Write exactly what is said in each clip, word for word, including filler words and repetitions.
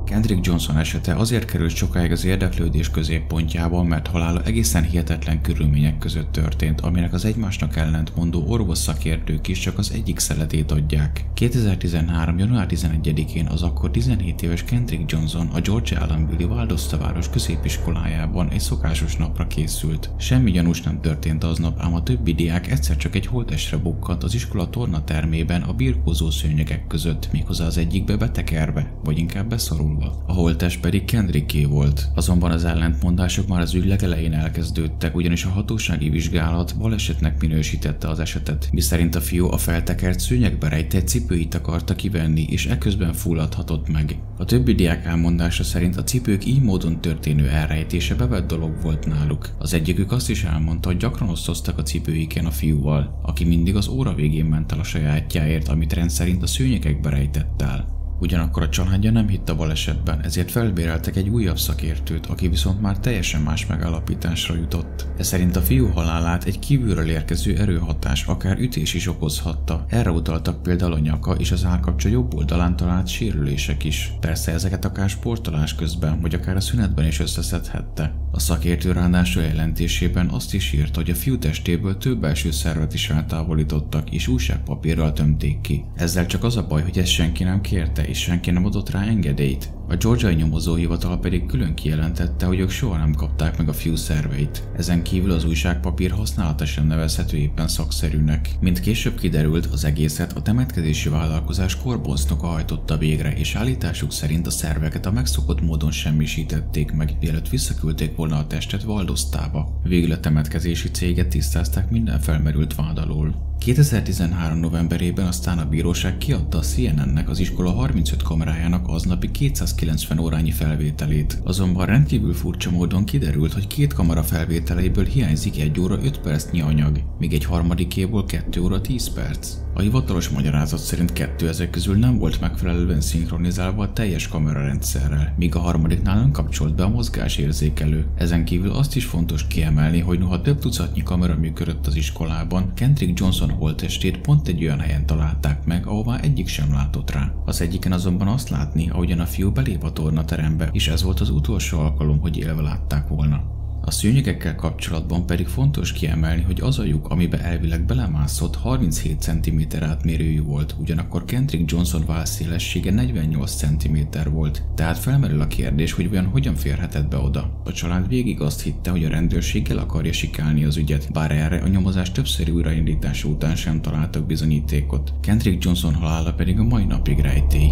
Kendrick Johnson esete azért került sokáig az érdeklődés középpontjába, mert halála egészen hihetetlen körülmények között történt, aminek az egymásnak ellentmondó orvos szakértők is csak az egyik szeletét adják. kétezer-tizenhárom. január tizenegyedikén az akkor tizenhét éves Kendrick Johnson a Georgia állambéli Valdosta város középiskolájában egy szokásos napra készült. Semmi gyanús nem történt aznap, ám a többi diák egyszer csak egy holttestre bukkant az iskola tornatermében a birkózó szőnyegek között, méghozzá az egyikbe betekerve, vagy inkább beszorulva. A holttest pedig Kendrické volt. Azonban az ellentmondások már az ügy legelején elkezdődtek, ugyanis a hatósági vizsgálat balesetnek minősítette az esetet, miszerint a fiú a feltekert szőnyegbe rejtett cipőit akarta kivenni, és eközben fulladhatott meg. A többi diák elmondása szerint a cipők így módon történő elrejtése bevett dolog volt náluk. Az egyikük azt is elmondta, hogy gyakran osztoztak a cipőiken a fiúval, aki mindig az óra végén ment el a sajátjáért, amit rendszerint a szőnyegekbe rejtett el. Ugyanakkor a családja nem hitt a balesetben, ezért felbéreltek egy újabb szakértőt, aki viszont már teljesen más megállapításra jutott. Ez szerint a fiú halálát egy kívülről érkező erőhatás, akár ütés is okozhatta. Erre utaltak például a nyaka és az állkapcsa jobb oldalán talált sérülések is. Persze ezeket akár sportolás közben, vagy akár a szünetben is összeszedhette. A szakértő ráadásul jelentésében azt is írta, hogy a fiú testéből több belső szervet is eltávolítottak, és újságpapírral tömték ki. Ezzel csak az a baj, hogy ezt senki nem kérte, és senki nem adott rá engedélyt. A georgiai nyomozóhivatal pedig külön kijelentette, hogy ők soha nem kapták meg a fiú szerveit. Ezen kívül az újságpapír használata sem nevezhető éppen szakszerűnek. Mint később kiderült, az egészet a temetkezési vállalkozás korbonznoka hajtotta végre, és állításuk szerint a szerveket a megszokott módon semmisítették meg, mielőtt visszaküldték volna a testet Valdostába. Végül a temetkezési céget tisztázták minden felmerült vád alól. kétezer-tizenhárom. novemberében aztán a bíróság kiadta a C N N-nek az iskola harmincöt kamerájának aznapi kétszázkilencven órányi felvételét. Azonban rendkívül furcsa módon kiderült, hogy két kamera felvételeiből hiányzik egy óra öt percnyi anyag, míg egy harmadikéból kettő óra tíz perc. A hivatalos magyarázat szerint kettő ezek közül nem volt megfelelően szinkronizálva a teljes kamerarendszerrel, míg a harmadiknál nem kapcsolt be a mozgásérzékelő. Ezen kívül azt is fontos kiemelni, hogy noha több tucatnyi kamera működött az iskolában, Kendrick Johnson holttestét pont egy olyan helyen találták meg, ahová egyik sem látott rá. Az egyiken azonban azt látni, ahogyan a fiú belép a tornaterembe, és ez volt az utolsó alkalom, hogy élve látták volna. A szőnyegekkel kapcsolatban pedig fontos kiemelni, hogy az a lyuk, amibe elvileg belemászott, harminchét centiméter átmérőjű volt, ugyanakkor Kendrick Johnson válszélessége negyvennyolc centiméter volt, tehát felmerül a kérdés, hogy vajon hogyan férhetett be oda. A család végig azt hitte, hogy a rendőrség el akarja sikálni az ügyet, bár erre a nyomozás többszöri újraindítása után sem találtak bizonyítékot. Kendrick Johnson halála pedig a mai napig rejtély.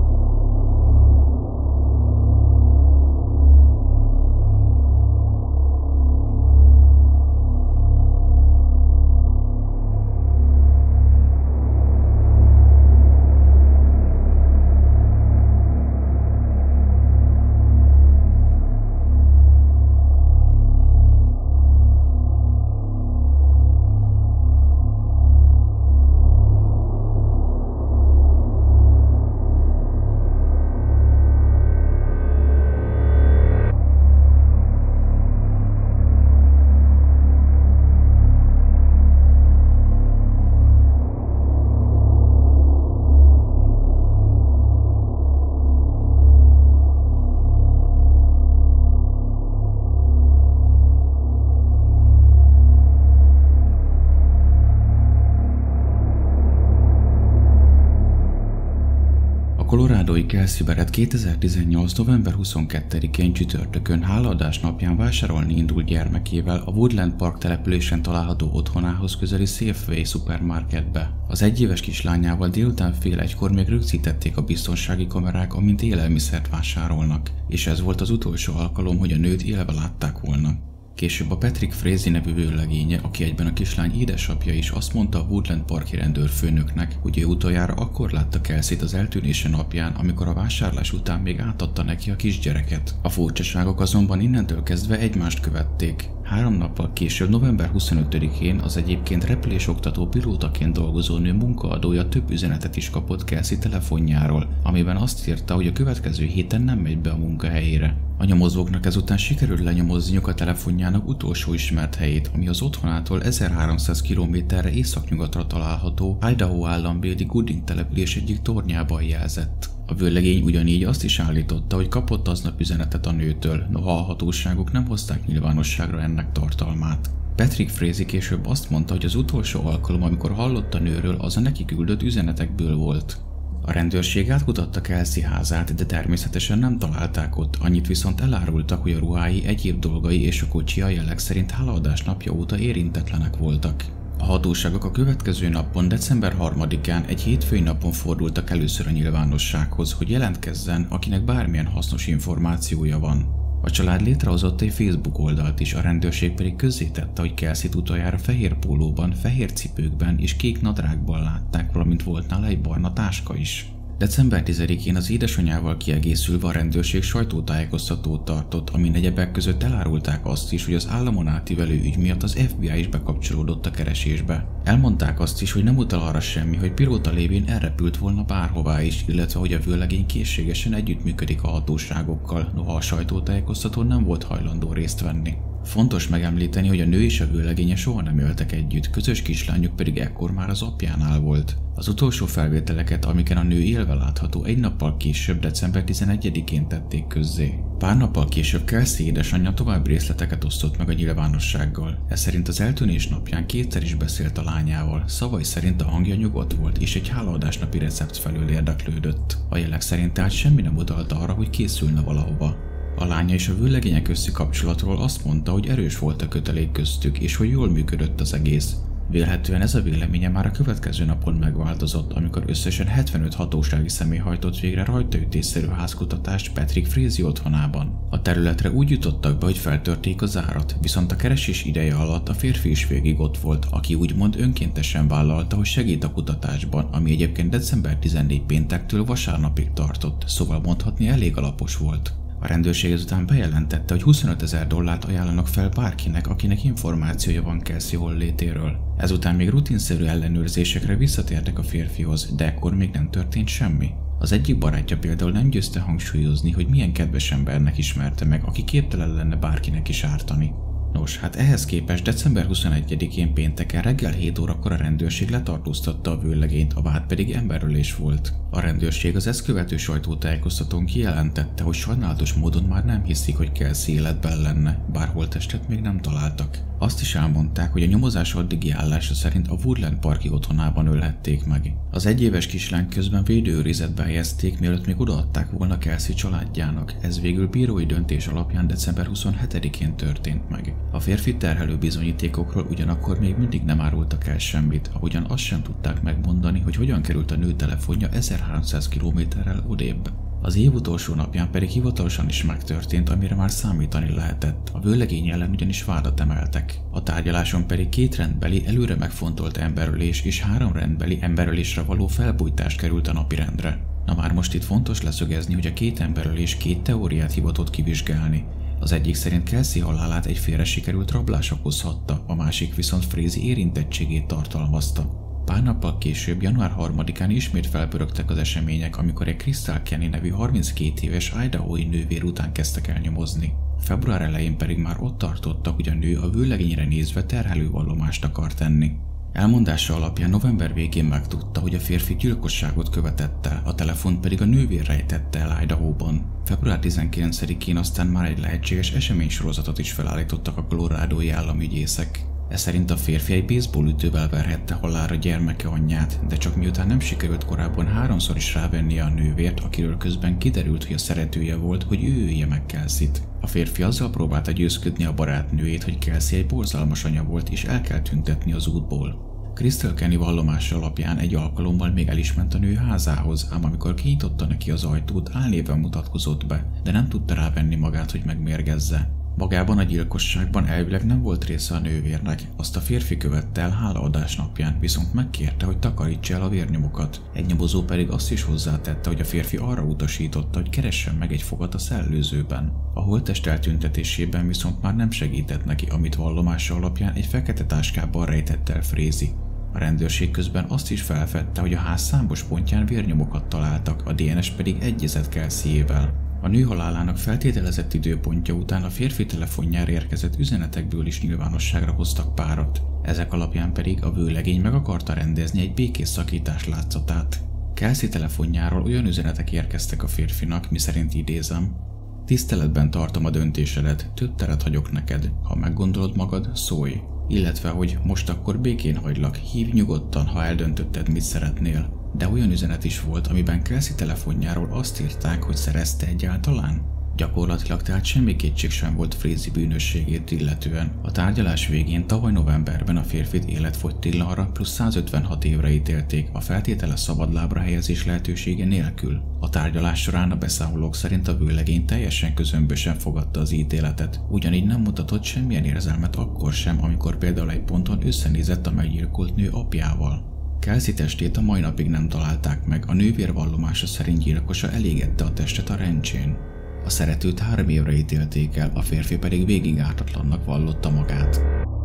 A colorádói Kelsey Barrett kétezer-tizennyolc. november huszonkettedikén csütörtökön hálaadás napján vásárolni indult gyermekével a Woodland Park településen található otthonához közeli Safeway szupermarketbe. Az egyéves kislányával délután fél egykor még rögzítették a biztonsági kamerák, amint élelmiszert vásárolnak, és ez volt az utolsó alkalom, hogy a nőt élve látták volna. Később a Patrick Frazee nevű vőlegénye, aki egyben a kislány édesapja is, azt mondta a Woodland Parki rendőrfőnöknek, hogy ő utoljára akkor látta Kelseyt az eltűnése napján, amikor a vásárlás után még átadta neki a kisgyereket. A furcsaságok azonban innentől kezdve egymást követték. Három nappal később, november huszonötödikén az egyébként repülésoktató pilótaként dolgozó nő munkaadója több üzenetet is kapott Kelsey telefonjáról, amiben azt írta, hogy a következő héten nem megy be a munkahelyére. A nyomozóknak ezután sikerült lenyomozniuk a telefonjának utolsó ismert helyét, ami az otthonától ezerháromszáz kilométerre északnyugatra található Idaho állambéli Gooding település egyik tornyában jelzett. A vőlegény ugyanígy azt is állította, hogy kapott aznap üzenetet a nőtől, noha a hatóságok nem hozták nyilvánosságra ennek tartalmát. Patrick Frazee később azt mondta, hogy az utolsó alkalom, amikor hallott a nőről, az a neki küldött üzenetekből volt. A rendőrség átkutatta Kelsey házát, de természetesen nem találták ott, annyit viszont elárultak, hogy a ruhái, egyéb dolgai és a kocsia jelleg szerint hálaadás napja óta érintetlenek voltak. A hatóságok a következő napon, december harmadikán egy hétfői napon fordultak először a nyilvánossághoz, hogy jelentkezzen, akinek bármilyen hasznos információja van. A család létrehozott egy Facebook oldalt is, a rendőrség pedig közzétette, hogy Kelseyt utoljára fehér pólóban, fehér cipőkben és kék nadrágban látták, valamint volt nála egy barna táska is. december tizedikén az édesanyjával kiegészülve a rendőrség sajtótájékoztatót tartott, amin egyebek között elárulták azt is, hogy az államon átívelő ügy miatt az ef bé i is bekapcsolódott a keresésbe. Elmondták azt is, hogy nem utal arra semmi, hogy pilóta lévén elrepült volna bárhová is, illetve hogy a vőlegény készségesen együttműködik a hatóságokkal, noha a sajtótájékoztatón nem volt hajlandó részt venni. Fontos megemlíteni, hogy a nő és a vőlegénye soha nem éltek együtt, közös kislányuk pedig ekkor már az apjánál volt. Az utolsó felvételeket, amiken a nő élve látható, egy nappal később, december tizenegyedikén tették közzé. Pár nappal később Kelsey édesanyja további részleteket osztott meg a nyilvánossággal. Ez szerint az eltűnés napján kétszer is beszélt a lányával, szavai szerint a hangja nyugodt volt és egy hálaadásnapi recept felől érdeklődött. A jelek szerint tehát semmi nem utalta arra, hogy készülne valahova. A lánya és a vőlegénye közti kapcsolatról azt mondta, hogy erős volt a kötelék köztük, és hogy jól működött az egész. Vélhetően ez a véleménye már a következő napon megváltozott, amikor összesen hetvenöt hatósági személy hajtott végre rajtaütésszerű házkutatást Patrick Frazee otthonában. A területre úgy jutottak be, hogy feltörték a zárat, viszont a keresés ideje alatt a férfi is végig ott volt, aki úgymond önkéntesen vállalta, hogy segít a kutatásban, ami egyébként december tizennegyedike péntektől vasárnapig tartott, szóval mondhatni elég alapos volt. A rendőrség ezután bejelentette, hogy huszonötezer dollárt ajánlanak fel bárkinek, akinek információja van Kelsey hollétéről. Ezután még rutinszerű ellenőrzésekre visszatértek a férfihoz, de ekkor még nem történt semmi. Az egyik barátja például nem győzte hangsúlyozni, hogy milyen kedves embernek ismerte meg, aki képtelen lenne bárkinek is ártani. Nos, hát ehhez képest december huszonegyedikén pénteken reggel hét órakor a rendőrség letartóztatta a vőlegényt, a vád pedig emberölés volt. A rendőrség az ezt követő sajtótájékoztatón kijelentette, hogy sajnálatos módon már nem hiszik, hogy Kelsey életben lenne, bár holttestet még nem találtak. Azt is elmondták, hogy a nyomozás addigi állása szerint a Woodland Parki otthonában ölhették meg. Az egyéves kislány közben védőőrizetbe helyezték, mielőtt még odaadták volna Kelsey családjának. Ez végül bírói döntés alapján december huszonhetedikén történt meg. A férfi terhelő bizonyítékokról ugyanakkor még mindig nem árultak el semmit, ahogyan azt sem tudták megmondani, hogy hogyan került a nő telefonja ezerháromszáz kilométerrel odébb. Az év utolsó napján pedig hivatalosan is megtörtént, amire már számítani lehetett. A vőlegény ellen ugyanis vádat emeltek. A tárgyaláson pedig két rendbeli, előre megfontolt emberölés és három rendbeli emberölésre való felbújtás került a napirendre. Na már most itt fontos leszögezni, hogy a két emberölés két teóriát hivatott kivizsgálni. Az egyik szerint Kelsey halálát egy félre sikerült rablás okozhatta, a másik viszont Frazee érintettségét tartalmazta. Pár nappal később, január harmadikán ismét felpörögtek az események, amikor egy Crystal Kenny nevű harminckét éves idahói nővér után kezdtek el nyomozni. Február elején pedig már ott tartottak, hogy a nő a vőlegényre nézve terhelő vallomást akar tenni. Elmondása alapján november végén megtudta, hogy a férfi gyilkosságot követett el, a telefont pedig a nővér rejtette el Idahóban. február tizenkilencedikén aztán már egy lehetséges eseménysorozatot is felállítottak a colorádói államügyészek. Ez szerint a férfi egy baseballütővel verhette halálra gyermeke anyját, de csak miután nem sikerült korábban háromszor is rávennie a nővért, akiről közben kiderült, hogy a szeretője volt, hogy ő ölje meg Kelseyt. A férfi azzal próbálta győzködni a barátnőjét, hogy Kelsey egy borzalmas anya volt és el kell tüntetni az útból. Crystal Kenny vallomása alapján egy alkalommal még el is ment a nő házához, ám amikor kinyitotta neki az ajtót, álnéven mutatkozott be, de nem tudta rávenni magát, hogy megmérgezze. Magában a gyilkosságban elvileg nem volt része a nővérnek, azt a férfi követte el hálaadás napján, viszont megkérte, hogy takarítsa el a vérnyomokat. Egy nyomozó pedig azt is hozzátette, hogy a férfi arra utasította, hogy keressen meg egy fogat a szellőzőben. A holttest eltüntetésében viszont már nem segített neki, amit vallomása alapján egy fekete táskában rejtett el Frazee. A rendőrség közben azt is felfedte, hogy a ház számos pontján vérnyomokat találtak, a dé en es pedig egyezett Kelseyével. A nő halálának feltételezett időpontja után a férfi telefonjára érkezett üzenetekből is nyilvánosságra hoztak párat. Ezek alapján pedig a vőlegény meg akarta rendezni egy békés szakítás látszatát. Kelsey telefonjáról olyan üzenetek érkeztek a férfinak, miszerint idézem: tiszteletben tartom a döntésedet, több teret hagyok neked, ha meggondolod magad, szólj. Illetve, hogy most akkor békén hagylak, hívj nyugodtan, ha eldöntötted, mit szeretnél. De olyan üzenet is volt, amiben Kelsey telefonjáról azt írták, hogy szerezte egyáltalán. Gyakorlatilag tehát semmi kétség sem volt Frazee bűnösségét illetően. A tárgyalás végén tavaly novemberben a férfit életfogytiglanra plusz százötvenhat évre ítélték, a feltételes szabadlábra helyezés lehetősége nélkül. A tárgyalás során a beszámolók szerint a vőlegény teljesen közömbösen fogadta az ítéletet, ugyanígy nem mutatott semmilyen érzelmet akkor sem, amikor például egy ponton összenézett a meggyilkolt nő apjával. Kelsey testét a mai napig nem találták meg, a nővér vallomása szerint gyilkosa elégette a testet a ranchén. A szeretőt három évre ítélték el, a férfi pedig végig ártatlannak vallotta magát.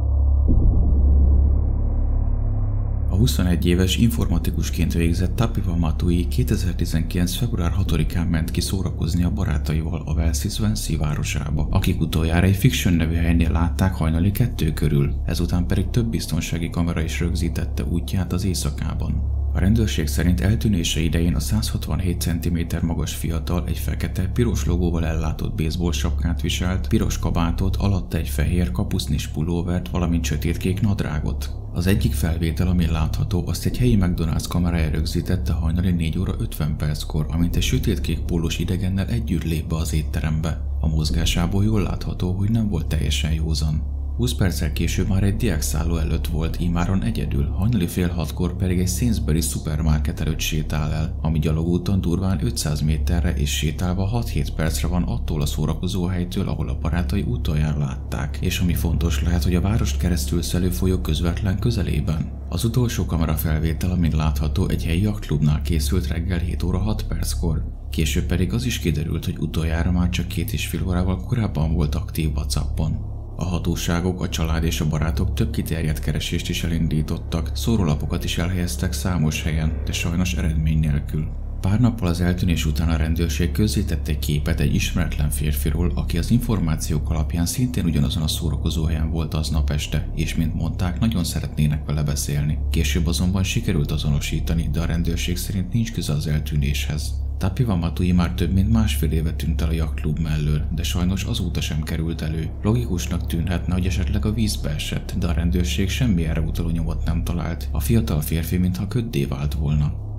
A huszonegy éves informatikusként végzett Tapiwa Matui kétezer-tizenkilenc február hatodikán ment ki szórakozni a barátaival a Walesi Swansea városába, akik utoljára egy Fiction nevű helynél látták hajnali kettő körül, ezután pedig több biztonsági kamera is rögzítette útját az éjszakában. A rendőrség szerint eltűnése idején a száz hatvanhét centiméter magas fiatal egy fekete, piros logóval ellátott baseball sapkát viselt, piros kabátot, alatta egy fehér kapusznis pulóvert, valamint sötétkék nadrágot. Az egyik felvétel, amin látható, azt egy helyi McDonald's kamerája rögzítette hajnali négy óra ötven perckor, amint egy sötétkék pólós idegennel együtt lép be az étterembe. A mozgásából jól látható, hogy nem volt teljesen józan. húsz perccel később már egy diákszálló előtt volt, imáron egyedül, hajnali fél hatkor pedig egy Sainsbury szupermarket előtt sétál el, ami gyalogúton durván ötszáz méterre és sétálva hat-hét percre van attól a szórakozóhelytől, ahol a barátai utoljára látták, és ami fontos lehet, hogy a várost keresztül szelő folyó közvetlen közelében. Az utolsó kamerafelvétel, amin látható, egy helyi jachtklubnál készült reggel hét óra hat perckor. Később pedig az is kiderült, hogy utoljára már csak két és fél órával korábban volt aktív WhatsAppon. A hatóságok, a család és a barátok több kiterjedt keresést is elindítottak, szórólapokat is elhelyeztek számos helyen, de sajnos eredmény nélkül. Pár nappal az eltűnés után a rendőrség közzétett egy képet egy ismeretlen férfiról, aki az információk alapján szintén ugyanazon a szórakozóhelyen volt aznap este, és mint mondták, nagyon szeretnének vele beszélni. Később azonban sikerült azonosítani, de a rendőrség szerint nincs köze az eltűnéshez. Tapiwa Matui már több mint másfél éve tűnt el a jachtklub mellől, de sajnos azóta sem került elő. Logikusnak tűnhetne, hogy esetleg a vízbe esett, de a rendőrség semmi erre utaló nyomot nem talált. A fiatal férfi mintha köddé vált volna.